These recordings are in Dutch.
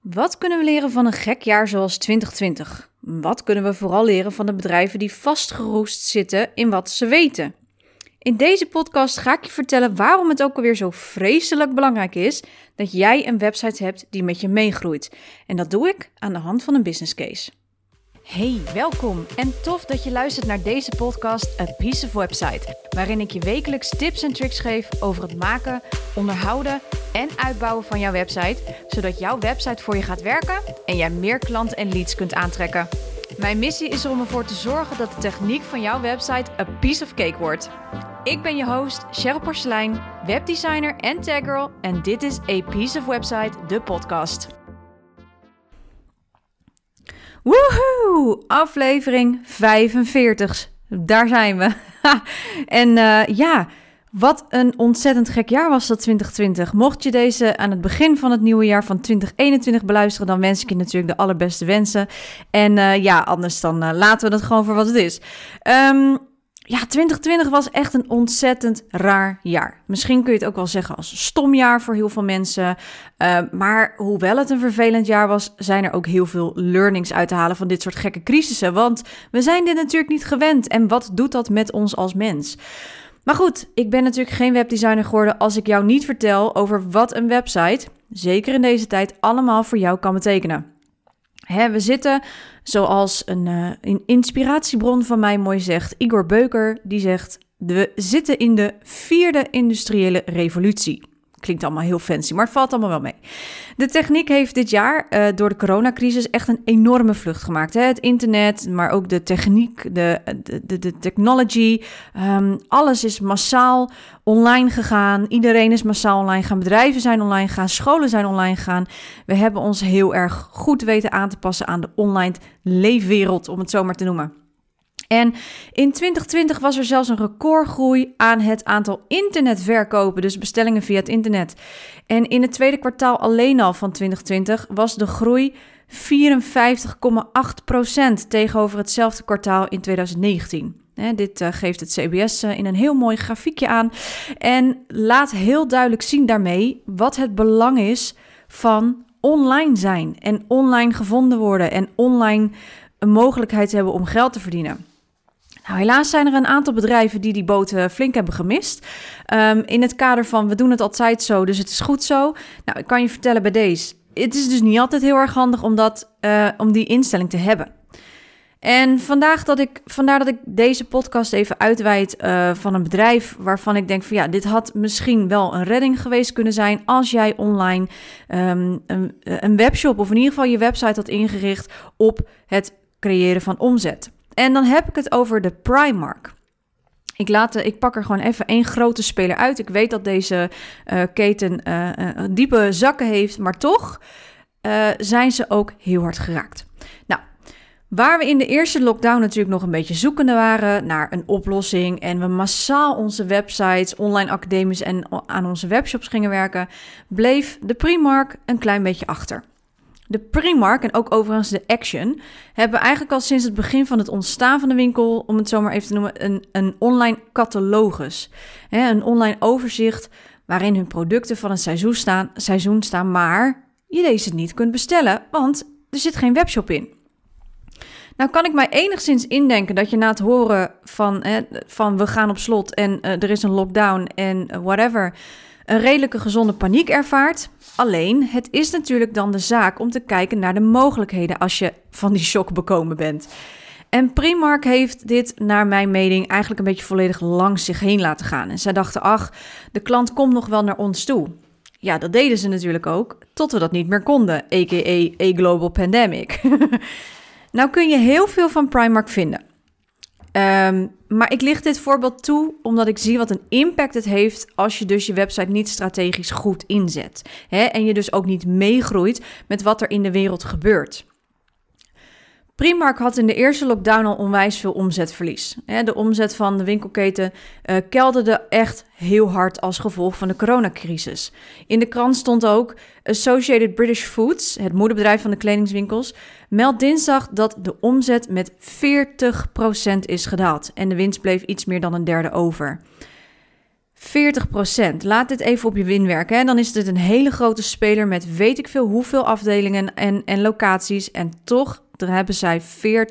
Wat kunnen we leren van een gek jaar zoals 2020? Wat kunnen we vooral leren van de bedrijven die vastgeroest zitten in wat ze weten? In deze podcast ga ik je vertellen waarom het ook alweer zo vreselijk belangrijk is dat jij een website hebt die met je meegroeit. En dat doe ik aan de hand van een business case. Hey, welkom en tof dat je luistert naar deze podcast A Piece of Website, waarin ik je wekelijks tips en tricks geef over het maken, onderhouden en uitbouwen van jouw website, zodat jouw website voor je gaat werken en jij meer klanten en leads kunt aantrekken. Mijn missie is er om ervoor te zorgen dat de techniek van jouw website a piece of cake wordt. Ik ben je host, Cheryl Porcelein, webdesigner en taggirl en dit is A Piece of Website, de podcast. Woehoe! Aflevering 45. Daar zijn we. En wat een ontzettend gek jaar was dat 2020. Mocht je deze aan het begin van het nieuwe jaar van 2021 beluisteren, dan wens ik je natuurlijk de allerbeste wensen. En anders dan laten we dat gewoon voor wat het is. 2020 was echt een ontzettend raar jaar. Misschien kun je het ook wel zeggen als een stom jaar voor heel veel mensen. Maar hoewel het een vervelend jaar was, zijn er ook heel veel learnings uit te halen van dit soort gekke crisissen. Want we zijn dit natuurlijk niet gewend. En wat doet dat met ons als mens? Maar goed, ik ben natuurlijk geen webdesigner geworden als ik jou niet vertel over wat een website, zeker in deze tijd, allemaal voor jou kan betekenen. We zitten, zoals een inspiratiebron van mij mooi zegt, Igor Beuker, die zegt, we zitten in de 4e industriële revolutie. Klinkt allemaal heel fancy, maar het valt allemaal wel mee. De techniek heeft dit jaar door de coronacrisis echt een enorme vlucht gemaakt. Het internet, maar ook de techniek, de technology. Alles is massaal online gegaan. Iedereen is massaal online gegaan. Bedrijven zijn online gegaan. Scholen zijn online gegaan. We hebben ons heel erg goed weten aan te passen aan de online leefwereld, om het zo maar te noemen. En in 2020 was er zelfs een recordgroei aan het aantal internetverkopen, dus bestellingen via het internet. En in het tweede kwartaal alleen al van 2020 was de groei 54,8% tegenover hetzelfde kwartaal in 2019. Dit geeft het CBS in een heel mooi grafiekje aan en laat heel duidelijk zien daarmee wat het belang is van online zijn en online gevonden worden en online een mogelijkheid hebben om geld te verdienen. Nou, helaas zijn er een aantal bedrijven die boot flink hebben gemist. In het kader van, we doen het altijd zo, dus het is goed zo. Nou, ik kan je vertellen bij deze, het is dus niet altijd heel erg handig om die instelling te hebben. En vandaar dat ik deze podcast even uitweid van een bedrijf waarvan ik denk van dit had misschien wel een redding geweest kunnen zijn als jij online een webshop of in ieder geval je website had ingericht op het creëren van omzet. En dan heb ik het over de Primark. Ik pak er gewoon even één grote speler uit. Ik weet dat deze keten diepe zakken heeft, maar toch zijn ze ook heel hard geraakt. Nou, waar we in de eerste lockdown natuurlijk nog een beetje zoekende waren naar een oplossing en we massaal onze websites, online academies en aan onze webshops gingen werken, bleef de Primark een klein beetje achter. De Primark en ook overigens de Action hebben eigenlijk al sinds het begin van het ontstaan van de winkel, om het zo maar even te noemen, een online catalogus. Een online overzicht waarin hun producten van het seizoen staan, maar je deze niet kunt bestellen, want er zit geen webshop in. Nou kan ik mij enigszins indenken dat je na het horen van we gaan op slot en er is een lockdown en whatever, een redelijke gezonde paniek ervaart. Alleen, het is natuurlijk dan de zaak om te kijken naar de mogelijkheden als je van die shock bekomen bent. En Primark heeft dit, naar mijn mening, eigenlijk een beetje volledig langs zich heen laten gaan. En zij dachten, de klant komt nog wel naar ons toe. Ja, dat deden ze natuurlijk ook, tot we dat niet meer konden, a.k.a. a global pandemic. Nou kun je heel veel van Primark vinden. Maar ik licht dit voorbeeld toe omdat ik zie wat een impact het heeft als je dus je website niet strategisch goed inzet. En je dus ook niet meegroeit met wat er in de wereld gebeurt. Primark had in de eerste lockdown al onwijs veel omzetverlies. De omzet van de winkelketen kelderde echt heel hard als gevolg van de coronacrisis. In de krant stond ook Associated British Foods, het moederbedrijf van de kledingswinkels, meldt dinsdag dat de omzet met 40% is gedaald. En de winst bleef iets meer dan een derde over. 40%. Laat dit even op je win werken. Hè? Dan is dit een hele grote speler met weet ik veel hoeveel afdelingen en locaties. En toch hebben zij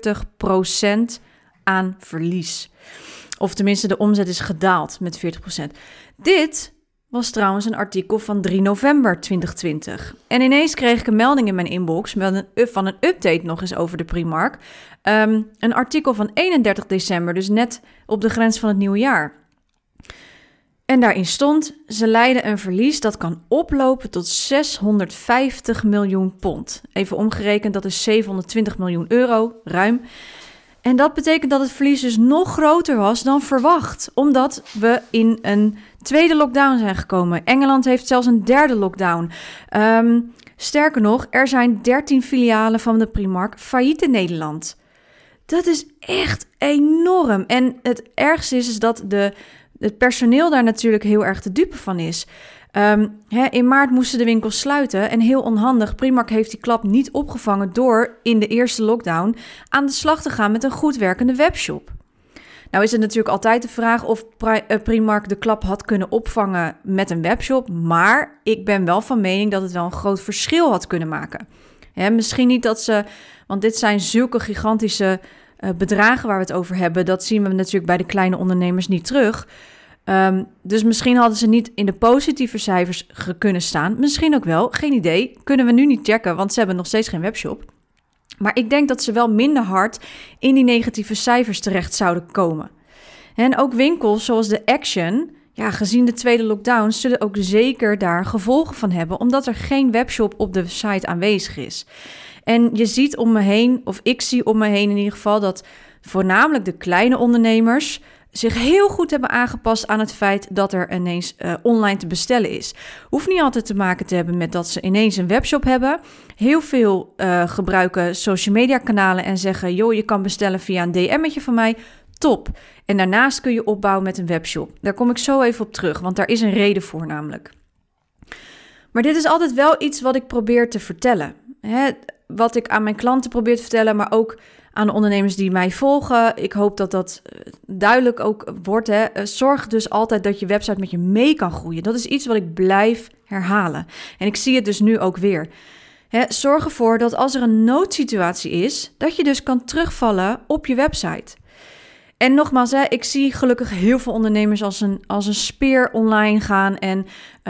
40% aan verlies. Of tenminste, de omzet is gedaald met 40%. Dit was trouwens een artikel van 3 november 2020. En ineens kreeg ik een melding in mijn inbox van een update nog eens over de Primark. Een artikel van 31 december, dus net op de grens van het nieuwe jaar. En daarin stond, ze lijden een verlies dat kan oplopen tot 650 miljoen pond. Even omgerekend, dat is 720 miljoen euro, ruim. En dat betekent dat het verlies dus nog groter was dan verwacht, omdat we in een tweede lockdown zijn gekomen. Engeland heeft zelfs een derde lockdown. Sterker nog, er zijn 13 filialen van de Primark failliet in Nederland. Dat is echt enorm. En het ergste is dat het personeel daar natuurlijk heel erg de dupe van is. In maart moesten de winkels sluiten en heel onhandig. Primark heeft die klap niet opgevangen door in de eerste lockdown aan de slag te gaan met een goed werkende webshop. Nou is het natuurlijk altijd de vraag of Primark de klap had kunnen opvangen met een webshop, maar ik ben wel van mening dat het wel een groot verschil had kunnen maken. Misschien niet dat ze, want dit zijn zulke gigantische bedragen waar we het over hebben, dat zien we natuurlijk bij de kleine ondernemers niet terug. Dus misschien hadden ze niet in de positieve cijfers kunnen staan. Misschien ook wel, geen idee. Kunnen we nu niet checken, want ze hebben nog steeds geen webshop. Maar ik denk dat ze wel minder hard in die negatieve cijfers terecht zouden komen. En ook winkels zoals de Action, gezien de tweede lockdown, zullen ook zeker daar gevolgen van hebben, omdat er geen webshop op de site aanwezig is. En je ziet om me heen, of ik zie om me heen in ieder geval, dat voornamelijk de kleine ondernemers zich heel goed hebben aangepast aan het feit dat er ineens online te bestellen is. Hoeft niet altijd te maken te hebben met dat ze ineens een webshop hebben. Heel veel gebruiken social media kanalen en zeggen, joh, je kan bestellen via een DM'tje van mij. Top. En daarnaast kun je opbouwen met een webshop. Daar kom ik zo even op terug, want daar is een reden voor namelijk. Maar dit is altijd wel iets wat ik probeer te vertellen. Wat ik aan mijn klanten probeer te vertellen, maar ook aan de ondernemers die mij volgen. Ik hoop dat dat duidelijk ook wordt. Zorg dus altijd dat je website met je mee kan groeien. Dat is iets wat ik blijf herhalen. En ik zie het dus nu ook weer. Zorg ervoor dat als er een noodsituatie is, dat je dus kan terugvallen op je website. En nogmaals, ik zie gelukkig heel veel ondernemers als een speer online gaan en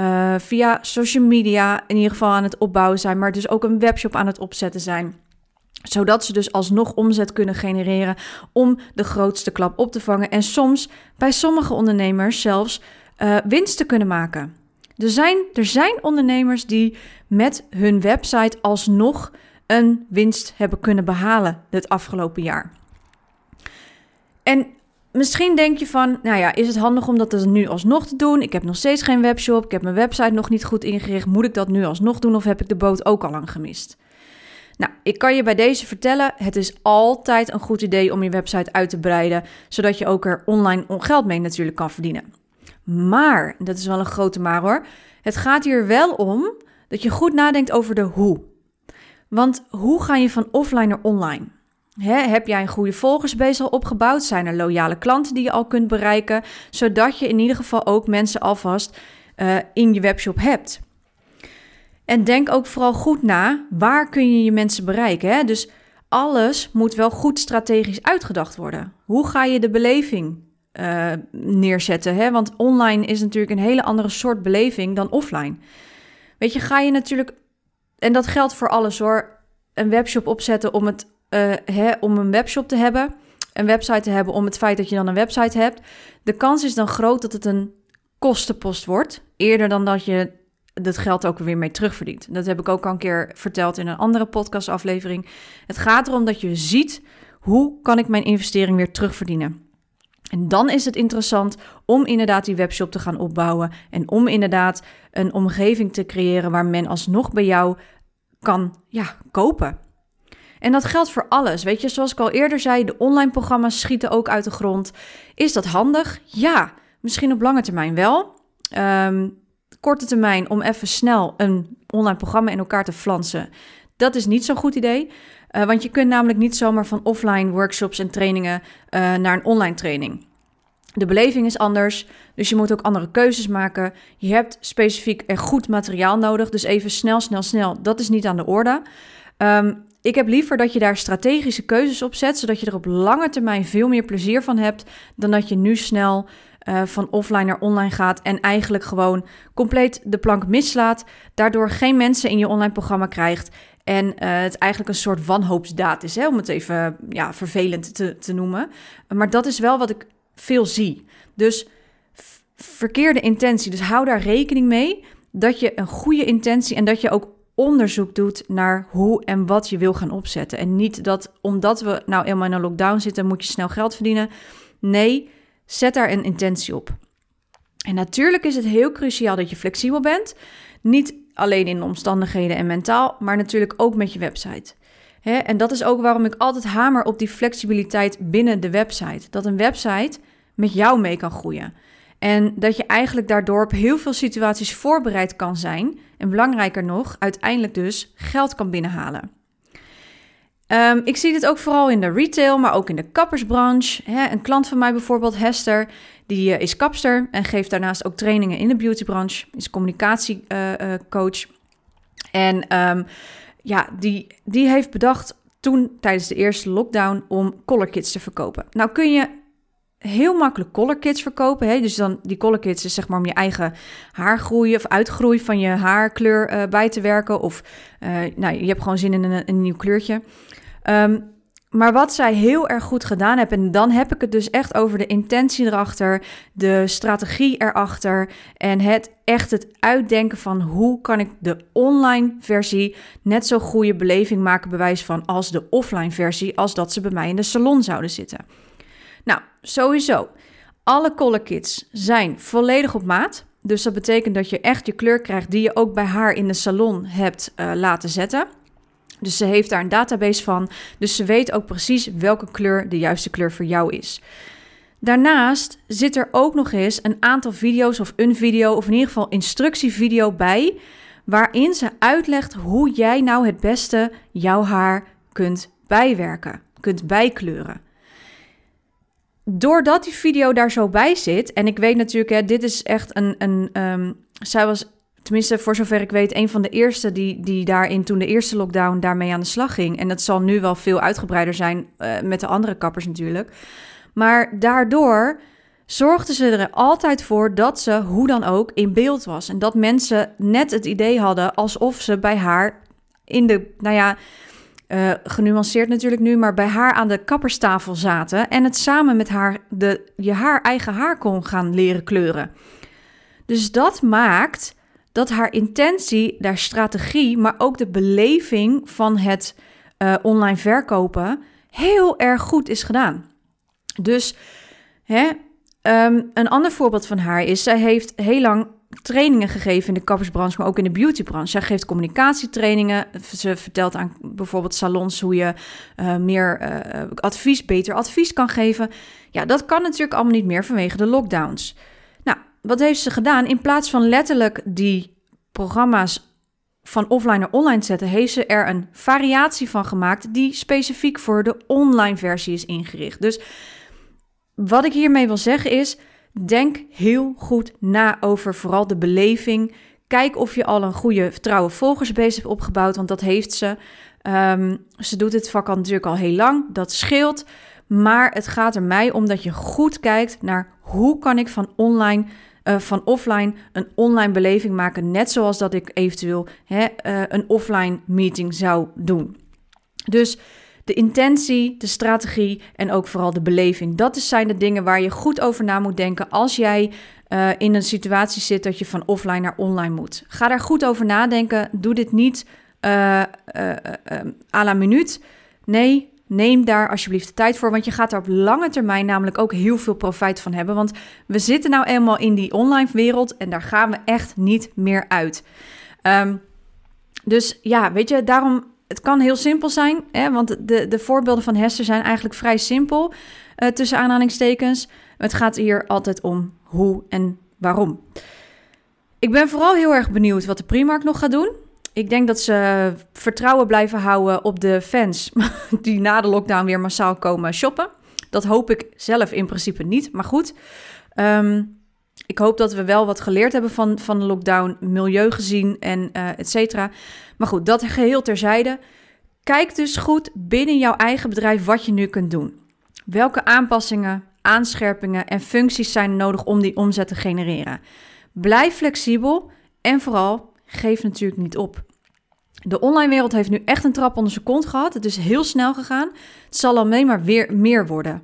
via social media in ieder geval aan het opbouwen zijn, maar dus ook een webshop aan het opzetten zijn. Zodat ze dus alsnog omzet kunnen genereren om de grootste klap op te vangen. En soms bij sommige ondernemers zelfs winst te kunnen maken. Er zijn ondernemers die met hun website alsnog een winst hebben kunnen behalen het afgelopen jaar. En misschien denk je van, is het handig om dat nu alsnog te doen? Ik heb nog steeds geen webshop, ik heb mijn website nog niet goed ingericht. Moet ik dat nu alsnog doen of heb ik de boot ook al lang gemist? Nou, ik kan je bij deze vertellen, het is altijd een goed idee om je website uit te breiden, zodat je ook er online geld mee natuurlijk kan verdienen. Maar, dat is wel een grote maar hoor, het gaat hier wel om dat je goed nadenkt over de hoe. Want hoe ga je van offline naar online? Heb jij een goede volgersbase al opgebouwd? Zijn er loyale klanten die je al kunt bereiken? Zodat je in ieder geval ook mensen alvast in je webshop hebt. En denk ook vooral goed na, waar kun je je mensen bereiken? Dus alles moet wel goed strategisch uitgedacht worden. Hoe ga je de beleving neerzetten? Want online is natuurlijk een hele andere soort beleving dan offline. Weet je, ga je natuurlijk, en dat geldt voor alles hoor, een webshop opzetten om een webshop te hebben, een website te hebben om het feit dat je dan een website hebt. De kans is dan groot dat het een kostenpost wordt, eerder dan dat je dat geld ook weer mee terugverdient. Dat heb ik ook al een keer verteld in een andere podcastaflevering. Het gaat erom dat je ziet, hoe kan ik mijn investering weer terugverdienen? En dan is het interessant om inderdaad die webshop te gaan opbouwen en om inderdaad een omgeving te creëren waar men alsnog bij jou kan kopen. En dat geldt voor alles. Weet je, zoals ik al eerder zei, de online programma's schieten ook uit de grond. Is dat handig? Ja, misschien op lange termijn wel. Korte termijn om even snel een online programma in elkaar te flansen. Dat is niet zo'n goed idee. Want je kunt namelijk niet zomaar van offline workshops en trainingen naar een online training. De beleving is anders, dus je moet ook andere keuzes maken. Je hebt specifiek en goed materiaal nodig, dus even snel, dat is niet aan de orde. Ik heb liever dat je daar strategische keuzes op zet, zodat je er op lange termijn veel meer plezier van hebt, dan dat je nu snel van offline naar online gaat en eigenlijk gewoon compleet de plank mislaat, daardoor geen mensen in je online programma krijgt en het eigenlijk een soort wanhoopsdaad is, hè, om het even vervelend te noemen. Maar dat is wel wat ik veel zie. Dus verkeerde intentie. Dus hou daar rekening mee dat je een goede intentie en dat je ook onderzoek doet naar hoe en wat je wil gaan opzetten. En niet dat omdat we nou eenmaal in een lockdown zitten, moet je snel geld verdienen. Nee, zet daar een intentie op. En natuurlijk is het heel cruciaal dat je flexibel bent. Niet alleen in de omstandigheden en mentaal, maar natuurlijk ook met je website. En dat is ook waarom ik altijd hamer op die flexibiliteit binnen de website. Dat een website met jou mee kan groeien. En dat je eigenlijk daardoor op heel veel situaties voorbereid kan zijn. En belangrijker nog, uiteindelijk dus geld kan binnenhalen. Ik zie dit ook vooral in de retail, maar ook in de kappersbranche. Een klant van mij bijvoorbeeld, Hester, die is kapster en geeft daarnaast ook trainingen in de beautybranche. Is communicatiecoach. Die heeft bedacht toen tijdens de eerste lockdown om color kits te verkopen. Nou kun je heel makkelijk color kits verkopen. Hè? Dus dan die color kits is zeg maar om je eigen haargroei of uitgroei van je haarkleur bij te werken. Of je hebt gewoon zin in een nieuw kleurtje. Maar wat zij heel erg goed gedaan hebben, en dan heb ik het dus echt over de intentie erachter, de strategie erachter en het uitdenken van hoe kan ik de online versie net zo goede beleving maken, bewijs van als de offline versie, als dat ze bij mij in de salon zouden zitten. Nou, sowieso, alle color kits zijn volledig op maat. Dus dat betekent dat je echt je kleur krijgt die je ook bij haar in de salon hebt laten zetten. Dus ze heeft daar een database van. Dus ze weet ook precies welke kleur de juiste kleur voor jou is. Daarnaast zit er ook nog eens een aantal video's of een video of in ieder geval instructievideo bij, waarin ze uitlegt hoe jij nou het beste jouw haar kunt bijwerken, kunt bijkleuren. Doordat die video daar zo bij zit, en ik weet natuurlijk, dit is echt zij was, tenminste voor zover ik weet, een van de eerste die daarin toen de eerste lockdown daarmee aan de slag ging. En dat zal nu wel veel uitgebreider zijn met de andere kappers natuurlijk. Maar daardoor zorgde ze er altijd voor dat ze hoe dan ook in beeld was. En dat mensen net het idee hadden alsof ze bij haar in de, genuanceerd natuurlijk nu, maar bij haar aan de kapperstafel zaten en het samen met haar je eigen haar kon gaan leren kleuren. Dus dat maakt dat haar intentie, haar strategie, maar ook de beleving van het online verkopen heel erg goed is gedaan. Dus een ander voorbeeld van haar is, zij heeft heel lang trainingen gegeven in de kappersbranche, maar ook in de beautybranche. Zij geeft communicatietrainingen. Ze vertelt aan bijvoorbeeld salons hoe je beter advies kan geven. Ja, dat kan natuurlijk allemaal niet meer vanwege de lockdowns. Nou, wat heeft ze gedaan? In plaats van letterlijk die programma's van offline naar online zetten, heeft ze er een variatie van gemaakt die specifiek voor de online versie is ingericht. Dus wat ik hiermee wil zeggen is, denk heel goed na over vooral de beleving. Kijk of je al een goede vertrouwen volgersbase hebt opgebouwd, want dat heeft ze. Ze doet dit vak al natuurlijk al heel lang, dat scheelt. Maar het gaat er mij om dat je goed kijkt naar hoe kan ik van offline een online beleving maken, net zoals dat ik eventueel een offline meeting zou doen. Dus de intentie, de strategie en ook vooral de beleving. Dat zijn de dingen waar je goed over na moet denken als jij in een situatie zit dat je van offline naar online moet. Ga daar goed over nadenken. Doe dit niet à la minuut. Nee, neem daar alsjeblieft de tijd voor, want je gaat er op lange termijn namelijk ook heel veel profijt van hebben. Want we zitten nou eenmaal in die online wereld en daar gaan we echt niet meer uit. Dus ja, weet je, daarom, het kan heel simpel zijn, want de voorbeelden van Hester zijn eigenlijk vrij simpel, tussen aanhalingstekens. Het gaat hier altijd om hoe en waarom. Ik ben vooral heel erg benieuwd wat de Primark nog gaat doen. Ik denk dat ze vertrouwen blijven houden op de fans die na de lockdown weer massaal komen shoppen. Dat hoop ik zelf in principe niet. Maar goed, ik hoop dat we wel wat geleerd hebben van de lockdown, milieu gezien en et cetera. Maar goed, dat geheel terzijde. Kijk dus goed binnen jouw eigen bedrijf wat je nu kunt doen. Welke aanpassingen, aanscherpingen en functies zijn nodig om die omzet te genereren? Blijf flexibel en vooral geef natuurlijk niet op. De online wereld heeft nu echt een trap onder zijn kont gehad. Het is heel snel gegaan. Het zal alleen maar weer meer worden.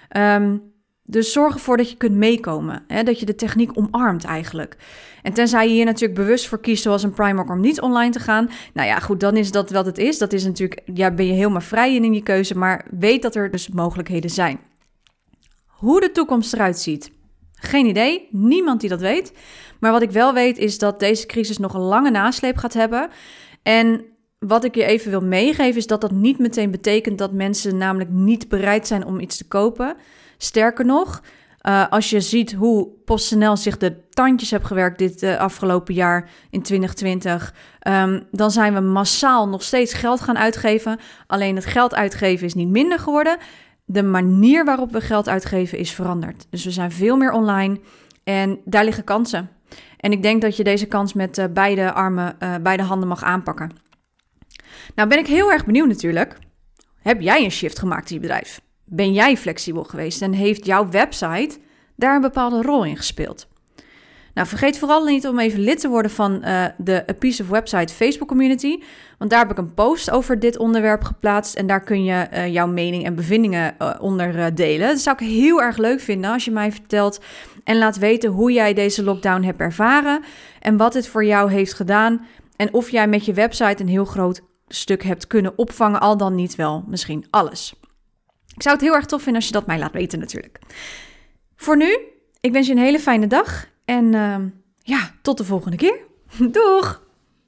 Dus zorg ervoor dat je kunt meekomen. Hè? Dat je de techniek omarmt eigenlijk. En tenzij je hier natuurlijk bewust voor kiest, zoals een Primark, om niet online te gaan. Nou ja, goed, dan is dat wat het is. Dat is natuurlijk, ben je helemaal vrij in je keuze. Maar weet dat er dus mogelijkheden zijn. Hoe de toekomst eruit ziet, geen idee. Niemand die dat weet. Maar wat ik wel weet is dat deze crisis nog een lange nasleep gaat hebben. En wat ik je even wil meegeven is dat dat niet meteen betekent dat mensen namelijk niet bereid zijn om iets te kopen. Sterker nog, als je ziet hoe PostNL zich de tandjes heeft gewerkt dit afgelopen jaar in 2020, dan zijn we massaal nog steeds geld gaan uitgeven. Alleen het geld uitgeven is niet minder geworden. De manier waarop we geld uitgeven is veranderd. Dus we zijn veel meer online en daar liggen kansen. En ik denk dat je deze kans met beide handen mag aanpakken. Nou ben ik heel erg benieuwd natuurlijk. Heb jij een shift gemaakt in je bedrijf? Ben jij flexibel geweest en heeft jouw website daar een bepaalde rol in gespeeld? Nou, vergeet vooral niet om even lid te worden van de A Piece of Website Facebook community. Want daar heb ik een post over dit onderwerp geplaatst. En daar kun je jouw mening en bevindingen onder delen. Dat zou ik heel erg leuk vinden als je mij vertelt en laat weten hoe jij deze lockdown hebt ervaren. En wat het voor jou heeft gedaan. En of jij met je website een heel groot stuk hebt kunnen opvangen. Al dan niet wel misschien alles. Ik zou het heel erg tof vinden als je dat mij laat weten natuurlijk. Voor nu, ik wens je een hele fijne dag. En tot de volgende keer. Doeg!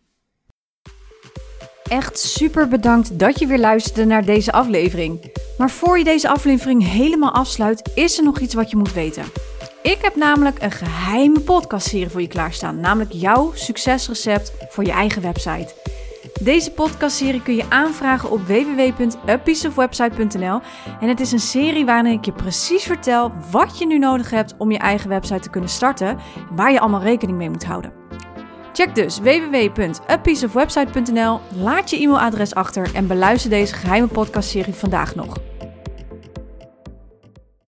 Echt super bedankt dat je weer luisterde naar deze aflevering. Maar voor je deze aflevering helemaal afsluit, is er nog iets wat je moet weten. Ik heb namelijk een geheime podcastserie voor je klaarstaan. Namelijk jouw succesrecept voor je eigen website. Deze podcastserie kun je aanvragen op www.apieceofwebsite.nl en het is een serie waarin ik je precies vertel wat je nu nodig hebt om je eigen website te kunnen starten en waar je allemaal rekening mee moet houden. Check dus www.apieceofwebsite.nl, laat je e-mailadres achter en beluister deze geheime podcastserie vandaag nog.